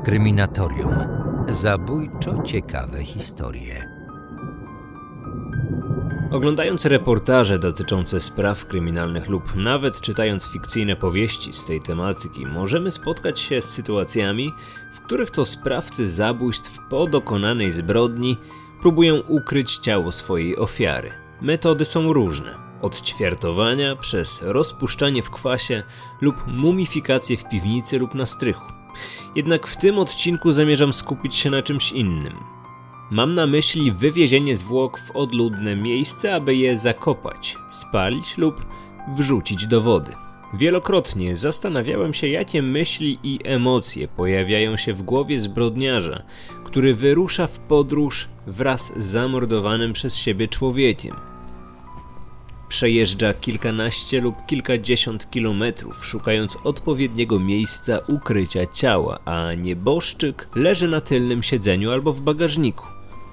Kryminatorium. Zabójczo ciekawe historie. Oglądając reportaże dotyczące spraw kryminalnych lub nawet czytając fikcyjne powieści z tej tematyki, możemy spotkać się z sytuacjami, w których to sprawcy zabójstw po dokonanej zbrodni próbują ukryć ciało swojej ofiary. Metody są różne, od ćwiartowania przez rozpuszczanie w kwasie lub mumifikację w piwnicy lub na strychu. Jednak w tym odcinku zamierzam skupić się na czymś innym. Mam na myśli wywiezienie zwłok w odludne miejsce, aby je zakopać, spalić lub wrzucić do wody. Wielokrotnie zastanawiałem się, jakie myśli i emocje pojawiają się w głowie zbrodniarza, który wyrusza w podróż wraz z zamordowanym przez siebie człowiekiem. Przejeżdża kilkanaście lub kilkadziesiąt kilometrów, szukając odpowiedniego miejsca ukrycia ciała, a nieboszczyk leży na tylnym siedzeniu albo w bagażniku.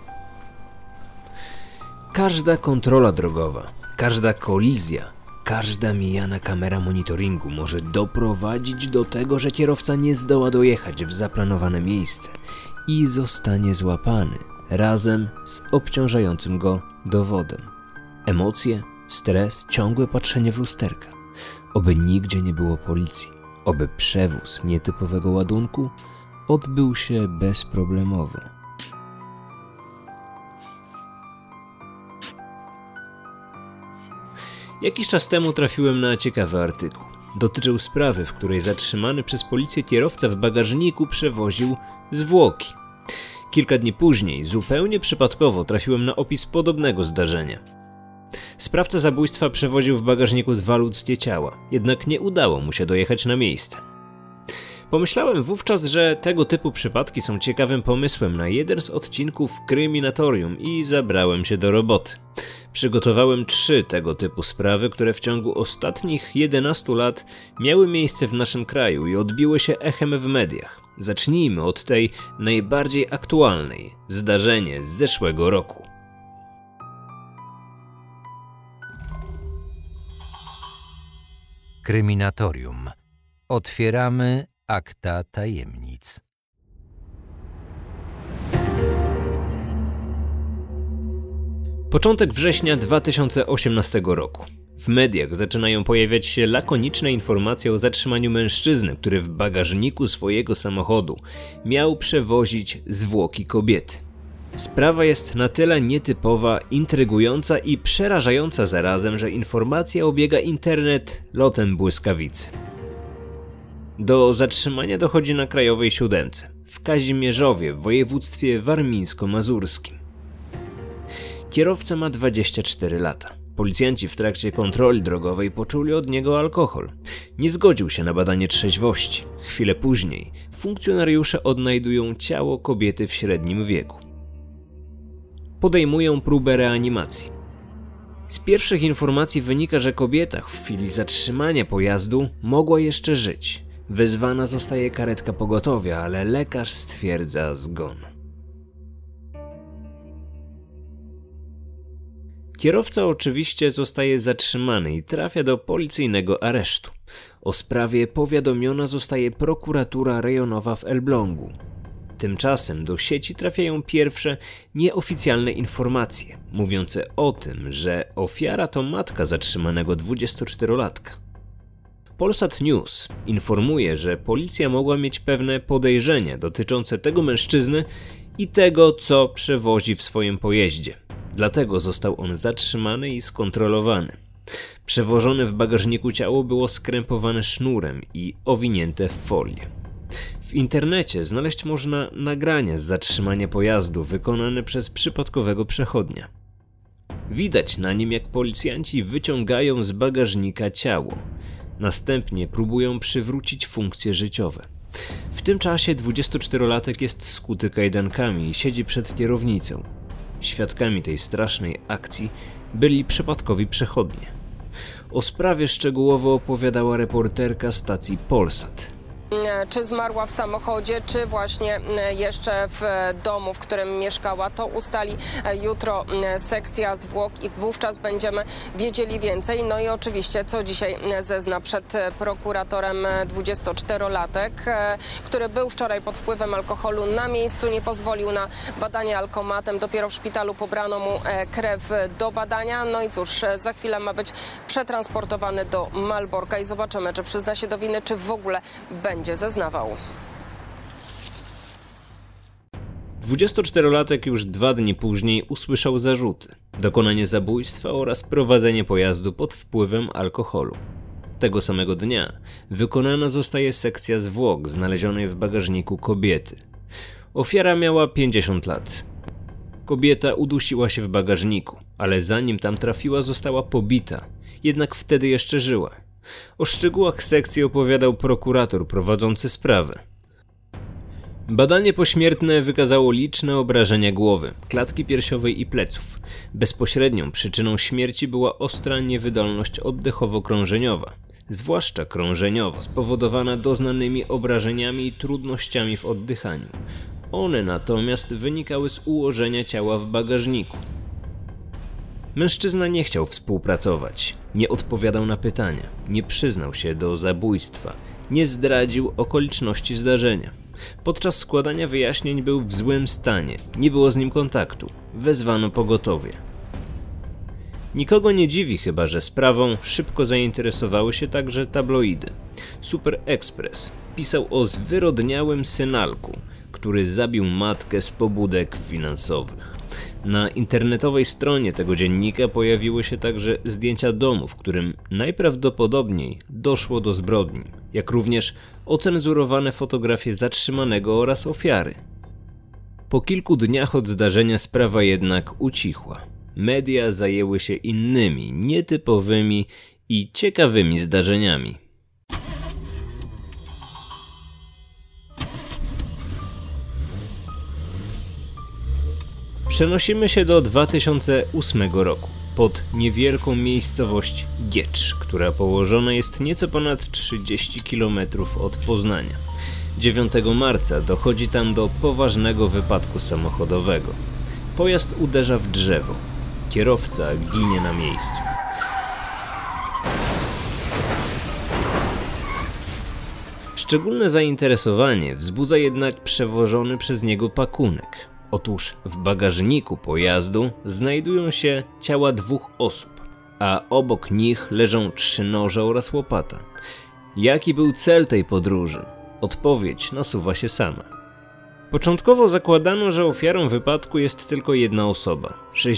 Każda kontrola drogowa, każda kolizja, każda mijana kamera monitoringu może doprowadzić do tego, że kierowca nie zdoła dojechać w zaplanowane miejsce i zostanie złapany razem z obciążającym go dowodem. Emocje, stres, ciągłe patrzenie w lusterka. Oby nigdzie nie było policji. Oby przewóz nietypowego ładunku odbył się bezproblemowo. Jakiś czas temu trafiłem na ciekawy artykuł. Dotyczył sprawy, w której zatrzymany przez policję kierowca w bagażniku przewoził zwłoki. Kilka dni później, zupełnie przypadkowo, trafiłem na opis podobnego zdarzenia. Sprawca zabójstwa przewoził w bagażniku 2 ludzkie ciała, jednak nie udało mu się dojechać na miejsce. Pomyślałem wówczas, że tego typu przypadki są ciekawym pomysłem na jeden z odcinków Kryminatorium i zabrałem się do roboty. Przygotowałem 3 tego typu sprawy, które w ciągu ostatnich 11 lat miały miejsce w naszym kraju i odbiły się echem w mediach. Zacznijmy od tej najbardziej aktualnej, zdarzenie z zeszłego roku. Kryminatorium. Otwieramy akta tajemnic. Początek września 2018 roku. W mediach zaczynają pojawiać się lakoniczne informacje o zatrzymaniu mężczyzny, który w bagażniku swojego samochodu miał przewozić zwłoki kobiety. Sprawa jest na tyle nietypowa, intrygująca i przerażająca zarazem, że informacja obiega internet lotem błyskawicy. Do zatrzymania dochodzi na Krajowej 7 w Kazimierzowie w województwie warmińsko-mazurskim. Kierowca ma 24 lata. Policjanci w trakcie kontroli drogowej poczuli od niego alkohol. Nie zgodził się na badanie trzeźwości. Chwilę później funkcjonariusze odnajdują ciało kobiety w średnim wieku. Podejmują próbę reanimacji. Z pierwszych informacji wynika, że kobieta w chwili zatrzymania pojazdu mogła jeszcze żyć. Wezwana zostaje karetka pogotowia, ale lekarz stwierdza zgon. Kierowca oczywiście zostaje zatrzymany i trafia do policyjnego aresztu. O sprawie powiadomiona zostaje prokuratura rejonowa w Elblągu. Tymczasem do sieci trafiają pierwsze nieoficjalne informacje, mówiące o tym, że ofiara to matka zatrzymanego 24-latka. Polsat News informuje, że policja mogła mieć pewne podejrzenia dotyczące tego mężczyzny i tego, co przewozi w swoim pojeździe. Dlatego został on zatrzymany i skontrolowany. Przewożone w bagażniku ciało było skrępowane sznurem i owinięte w folię. W internecie znaleźć można nagrania z zatrzymania pojazdu wykonane przez przypadkowego przechodnia. Widać na nim, jak policjanci wyciągają z bagażnika ciało. Następnie próbują przywrócić funkcje życiowe. W tym czasie 24-latek jest skuty kajdankami i siedzi przed kierownicą. Świadkami tej strasznej akcji byli przypadkowi przechodnie. O sprawie szczegółowo opowiadała reporterka stacji Polsat. czy zmarła w samochodzie, czy właśnie jeszcze w domu, w którym mieszkała. To ustali jutro sekcja zwłok i wówczas będziemy wiedzieli więcej. No i oczywiście, co dzisiaj zezna przed prokuratorem 24-latek, który był wczoraj pod wpływem alkoholu na miejscu, nie pozwolił na badanie alkomatem. Dopiero w szpitalu pobrano mu krew do badania. No i cóż, za chwilę ma być przetransportowany do Malborka i zobaczymy, czy przyzna się do winy, czy w ogóle będzie zeznawał. 24-latek już 2 dni później usłyszał zarzuty: dokonanie zabójstwa oraz prowadzenie pojazdu pod wpływem alkoholu. Tego samego dnia wykonana zostaje sekcja zwłok znalezionej w bagażniku kobiety. Ofiara miała 50 lat. Kobieta udusiła się w bagażniku, ale zanim tam trafiła, została pobita, jednak wtedy jeszcze żyła. O szczegółach sekcji opowiadał prokurator prowadzący sprawę. Badanie pośmiertne wykazało liczne obrażenia głowy, klatki piersiowej i pleców. Bezpośrednią przyczyną śmierci była ostra niewydolność oddechowo-krążeniowa, zwłaszcza krążeniowa, spowodowana doznanymi obrażeniami i trudnościami w oddychaniu. One natomiast wynikały z ułożenia ciała w bagażniku. Mężczyzna nie chciał współpracować, nie odpowiadał na pytania, nie przyznał się do zabójstwa, nie zdradził okoliczności zdarzenia. Podczas składania wyjaśnień był w złym stanie, nie było z nim kontaktu, wezwano pogotowie. Nikogo nie dziwi chyba, że sprawą szybko zainteresowały się także tabloidy. Super Express pisał o zwyrodniałym synalku, który zabił matkę z pobudek finansowych. Na internetowej stronie tego dziennika pojawiły się także zdjęcia domu, w którym najprawdopodobniej doszło do zbrodni, jak również ocenzurowane fotografie zatrzymanego oraz ofiary. Po kilku dniach od zdarzenia sprawa jednak ucichła. Media zajęły się innymi, nietypowymi i ciekawymi zdarzeniami. Przenosimy się do 2008 roku, pod niewielką miejscowość Giecz, która położona jest nieco ponad 30 km od Poznania. 9 marca dochodzi tam do poważnego wypadku samochodowego. Pojazd uderza w drzewo. Kierowca ginie na miejscu. Szczególne zainteresowanie wzbudza jednak przewożony przez niego pakunek. Otóż w bagażniku pojazdu znajdują się ciała 2 osób, a obok nich leżą 3 noże oraz łopata. Jaki był cel tej podróży? Odpowiedź nasuwa się sama. Początkowo zakładano, że ofiarą wypadku jest tylko jedna osoba,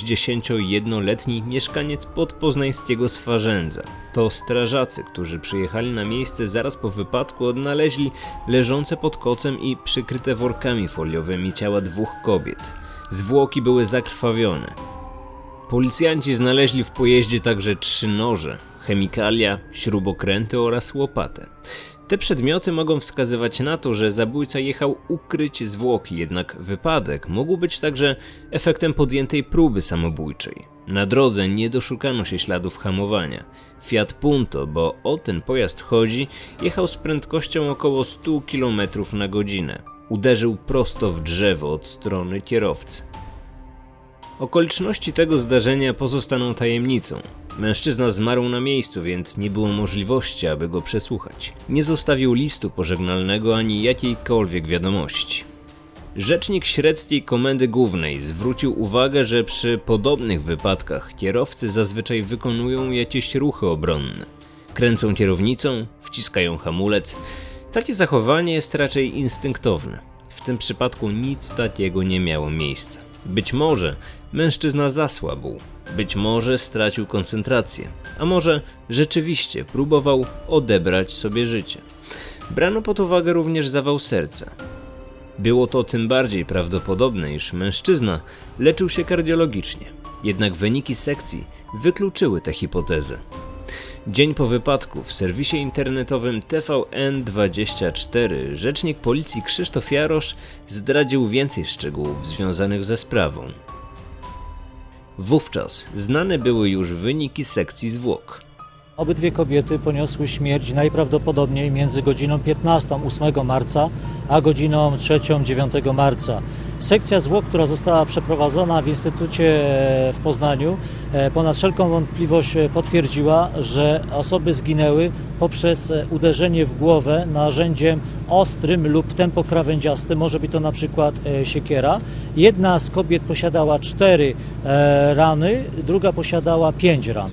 61-letni mieszkaniec podpoznańskiego Swarzędza. To strażacy, którzy przyjechali na miejsce zaraz po wypadku, odnaleźli leżące pod kocem i przykryte workami foliowymi ciała 2 kobiet. Zwłoki były zakrwawione. Policjanci znaleźli w pojeździe także 3 noże, chemikalia, śrubokręty oraz łopatę. Te przedmioty mogą wskazywać na to, że zabójca jechał ukryć zwłoki, jednak wypadek mógł być także efektem podjętej próby samobójczej. Na drodze nie doszukano się śladów hamowania. Fiat Punto, bo o ten pojazd chodzi, jechał z prędkością około 100 km na godzinę. Uderzył prosto w drzewo od strony kierowcy. Okoliczności tego zdarzenia pozostaną tajemnicą. Mężczyzna zmarł na miejscu, więc nie było możliwości, aby go przesłuchać. Nie zostawił listu pożegnalnego ani jakiejkolwiek wiadomości. Rzecznik Średzkiej Komendy Głównej zwrócił uwagę, że przy podobnych wypadkach kierowcy zazwyczaj wykonują jakieś ruchy obronne. Kręcą kierownicą, wciskają hamulec. Takie zachowanie jest raczej instynktowne. W tym przypadku nic takiego nie miało miejsca. Być może mężczyzna zasłabł, być może stracił koncentrację, a może rzeczywiście próbował odebrać sobie życie. Brano pod uwagę również zawał serca. Było to tym bardziej prawdopodobne, iż mężczyzna leczył się kardiologicznie, jednak wyniki sekcji wykluczyły tę hipotezę. Dzień po wypadku w serwisie internetowym TVN24 rzecznik policji Krzysztof Jarosz zdradził więcej szczegółów związanych ze sprawą. Wówczas znane były już wyniki sekcji zwłok. Obydwie kobiety poniosły śmierć najprawdopodobniej między godziną 15 8 marca a godziną 3 9 marca. Sekcja zwłok, która została przeprowadzona w Instytucie w Poznaniu, ponad wszelką wątpliwość potwierdziła, że osoby zginęły poprzez uderzenie w głowę narzędziem ostrym lub tempokrawędziastym. Może być to na przykład siekiera. Jedna z kobiet posiadała 4 rany, druga posiadała 5 ran.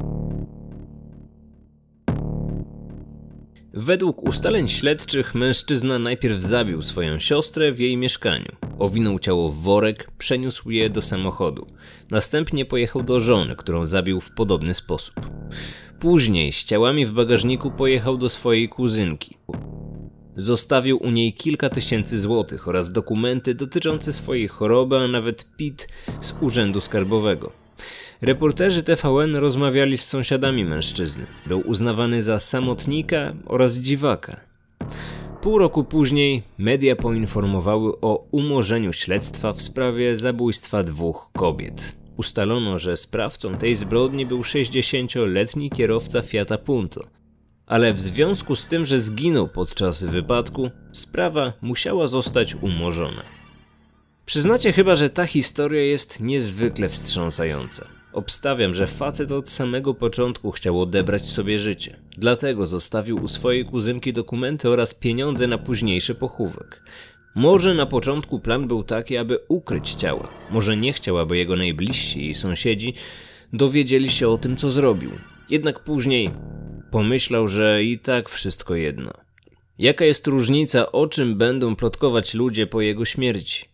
Według ustaleń śledczych mężczyzna najpierw zabił swoją siostrę w jej mieszkaniu. Owinął ciało w worek, przeniósł je do samochodu. Następnie pojechał do żony, którą zabił w podobny sposób. Później z ciałami w bagażniku pojechał do swojej kuzynki. Zostawił u niej kilka tysięcy złotych oraz dokumenty dotyczące swojej choroby, a nawet PIT z Urzędu Skarbowego. Reporterzy TVN rozmawiali z sąsiadami mężczyzny. Był uznawany za samotnika oraz dziwaka. Pół roku później media poinformowały o umorzeniu śledztwa w sprawie zabójstwa 2 kobiet. Ustalono, że sprawcą tej zbrodni był 60-letni kierowca Fiata Punto. Ale w związku z tym, że zginął podczas wypadku, sprawa musiała zostać umorzona. Przyznacie chyba, że ta historia jest niezwykle wstrząsająca. Obstawiam, że facet od samego początku chciał odebrać sobie życie. Dlatego zostawił u swojej kuzynki dokumenty oraz pieniądze na późniejszy pochówek. Może na początku plan był taki, aby ukryć ciała. Może nie chciał, aby jego najbliżsi i sąsiedzi dowiedzieli się o tym, co zrobił. Jednak później pomyślał, że i tak wszystko jedno. Jaka jest różnica, o czym będą plotkować ludzie po jego śmierci?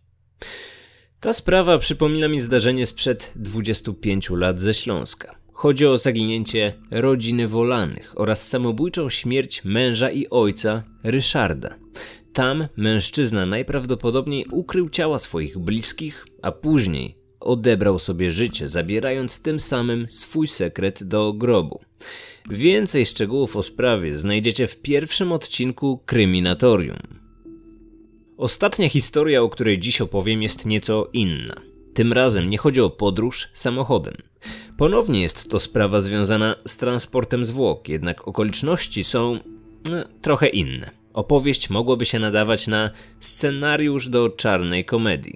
Ta sprawa przypomina mi zdarzenie sprzed 25 lat ze Śląska. Chodzi o zaginięcie rodziny Wolanych oraz samobójczą śmierć męża i ojca Ryszarda. Tam mężczyzna najprawdopodobniej ukrył ciała swoich bliskich, a później odebrał sobie życie, zabierając tym samym swój sekret do grobu. Więcej szczegółów o sprawie znajdziecie w pierwszym odcinku Kryminatorium. Ostatnia historia, o której dziś opowiem, jest nieco inna. Tym razem nie chodzi o podróż samochodem. Ponownie jest to sprawa związana z transportem zwłok, jednak okoliczności są trochę inne. Opowieść mogłaby się nadawać na scenariusz do czarnej komedii.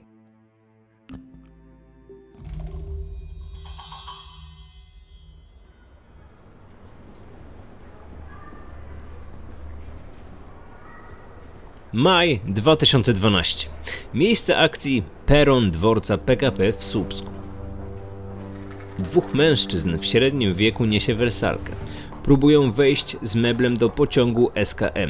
Maj 2012. Miejsce akcji peron dworca PKP w Słupsku. 2 mężczyzn w średnim wieku niesie wersalkę. Próbują wejść z meblem do pociągu SKM.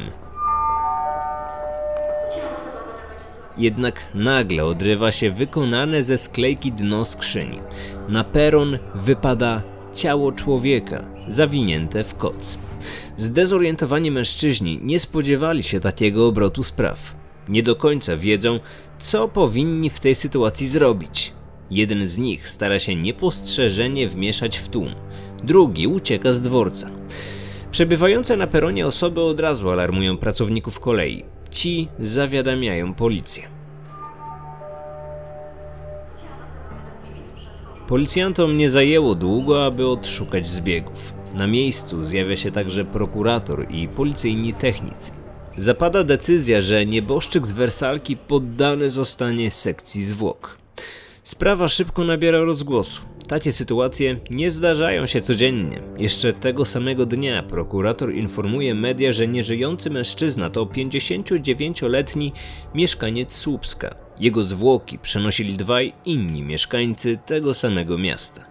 Jednak nagle odrywa się wykonane ze sklejki dno skrzyni. Na peron wypada ciało człowieka, zawinięte w koc. Zdezorientowani mężczyźni nie spodziewali się takiego obrotu spraw. Nie do końca wiedzą, co powinni w tej sytuacji zrobić. Jeden z nich stara się niepostrzeżenie wmieszać w tłum. Drugi ucieka z dworca. Przebywające na peronie osoby od razu alarmują pracowników kolei. Ci zawiadamiają policję. Policjantom nie zajęło długo, aby odszukać zbiegów. Na miejscu zjawia się także prokurator i policyjni technicy. Zapada decyzja, że nieboszczyk z wersalki poddany zostanie sekcji zwłok. Sprawa szybko nabiera rozgłosu. Takie sytuacje nie zdarzają się codziennie. Jeszcze tego samego dnia prokurator informuje media, że nieżyjący mężczyzna to 59-letni mieszkaniec Słupska. Jego zwłoki przenosili 2 inni mieszkańcy tego samego miasta.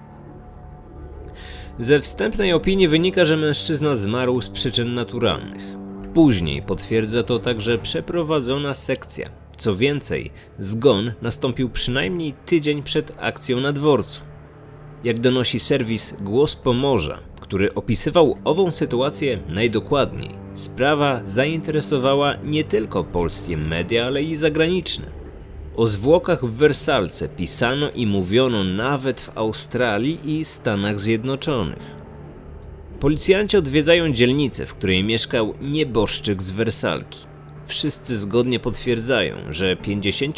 Ze wstępnej opinii wynika, że mężczyzna zmarł z przyczyn naturalnych. Później potwierdza to także przeprowadzona sekcja. Co więcej, zgon nastąpił przynajmniej tydzień przed akcją na dworcu. Jak donosi serwis Głos Pomorza, który opisywał ową sytuację najdokładniej, sprawa zainteresowała nie tylko polskie media, ale i zagraniczne. O zwłokach w wersalce pisano i mówiono nawet w Australii i Stanach Zjednoczonych. Policjanci odwiedzają dzielnicę, w której mieszkał nieboszczyk z wersalki. Wszyscy zgodnie potwierdzają, że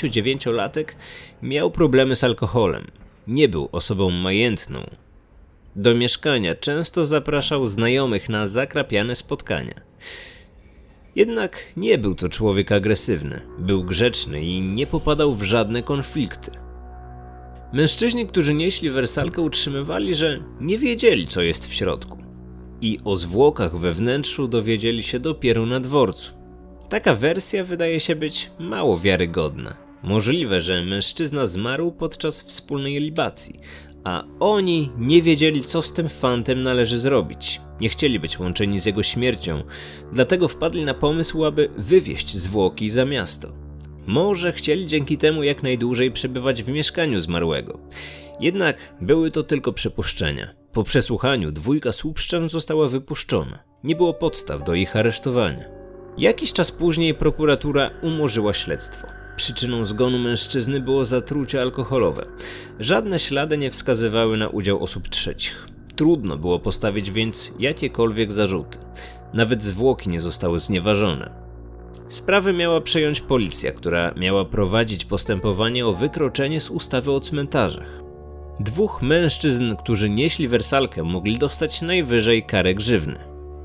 59-latek miał problemy z alkoholem. Nie był osobą majętną. Do mieszkania często zapraszał znajomych na zakrapiane spotkania. Jednak nie był to człowiek agresywny, był grzeczny i nie popadał w żadne konflikty. Mężczyźni, którzy nieśli wersalkę, utrzymywali, że nie wiedzieli, co jest w środku. I o zwłokach we wnętrzu dowiedzieli się dopiero na dworcu. Taka wersja wydaje się być mało wiarygodna. Możliwe, że mężczyzna zmarł podczas wspólnej libacji, a oni nie wiedzieli, co z tym fantem należy zrobić. Nie chcieli być łączeni z jego śmiercią, dlatego wpadli na pomysł, aby wywieźć zwłoki za miasto. Może chcieli dzięki temu jak najdłużej przebywać w mieszkaniu zmarłego. Jednak były to tylko przypuszczenia. Po przesłuchaniu dwójka słupszczan została wypuszczona. Nie było podstaw do ich aresztowania. Jakiś czas później prokuratura umorzyła śledztwo. Przyczyną zgonu mężczyzny było zatrucie alkoholowe. Żadne ślady nie wskazywały na udział osób trzecich. Trudno było postawić więc jakiekolwiek zarzuty. Nawet zwłoki nie zostały znieważone. Sprawę miała przejąć policja, która miała prowadzić postępowanie o wykroczenie z ustawy o cmentarzach. Dwóch mężczyzn, którzy nieśli wersalkę, mogli dostać najwyżej karę grzywny.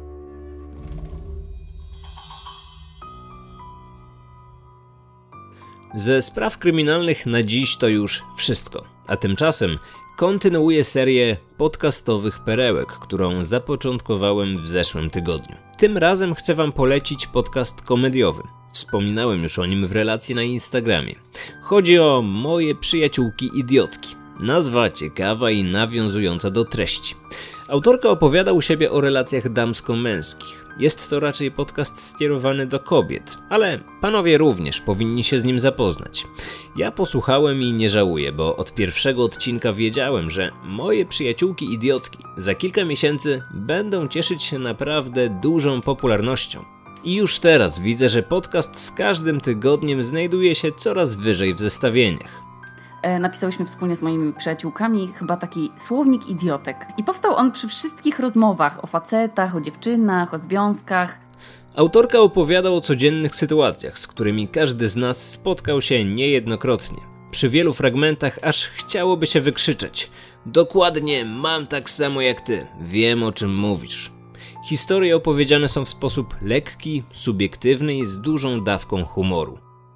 Ze spraw kryminalnych na dziś to już wszystko, a tymczasem kontynuuję serię podcastowych perełek, którą zapoczątkowałem w zeszłym tygodniu. Tym razem chcę wam polecić podcast komediowy. Wspominałem już o nim w relacji na Instagramie. Chodzi o Moje przyjaciółki idiotki. Nazwa ciekawa i nawiązująca do treści. Autorka opowiada u siebie o relacjach damsko-męskich. Jest to raczej podcast skierowany do kobiet, ale panowie również powinni się z nim zapoznać. Ja posłuchałem i nie żałuję, bo od pierwszego odcinka wiedziałem, że Moje przyjaciółki idiotki za kilka miesięcy będą cieszyć się naprawdę dużą popularnością. I już teraz widzę, że podcast z każdym tygodniem znajduje się coraz wyżej w zestawieniach. Napisałyśmy wspólnie z moimi przyjaciółkami chyba taki słownik idiotek. I powstał on przy wszystkich rozmowach o facetach, o dziewczynach, o związkach. Autorka opowiada o codziennych sytuacjach, z którymi każdy z nas spotkał się niejednokrotnie. Przy wielu fragmentach aż chciałoby się wykrzyczeć: dokładnie, mam tak samo jak ty, wiem o czym mówisz. Historie opowiedziane są w sposób lekki, subiektywny i z dużą dawką humoru.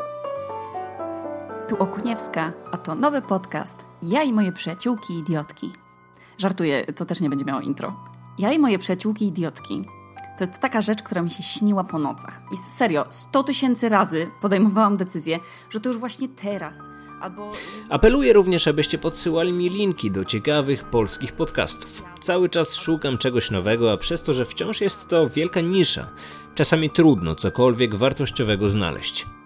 Tu Okuniewska, a to nowy podcast Ja i moje przyjaciółki idiotki. Żartuję, to też nie będzie miało intro. Ja i moje przyjaciółki idiotki to jest taka rzecz, która mi się śniła po nocach. I serio, 100 000 razy podejmowałam decyzję, że to już właśnie teraz. Apeluję również, abyście podsyłali mi linki do ciekawych polskich podcastów. Cały czas szukam czegoś nowego, a przez to, że wciąż jest to wielka nisza, czasami trudno cokolwiek wartościowego znaleźć.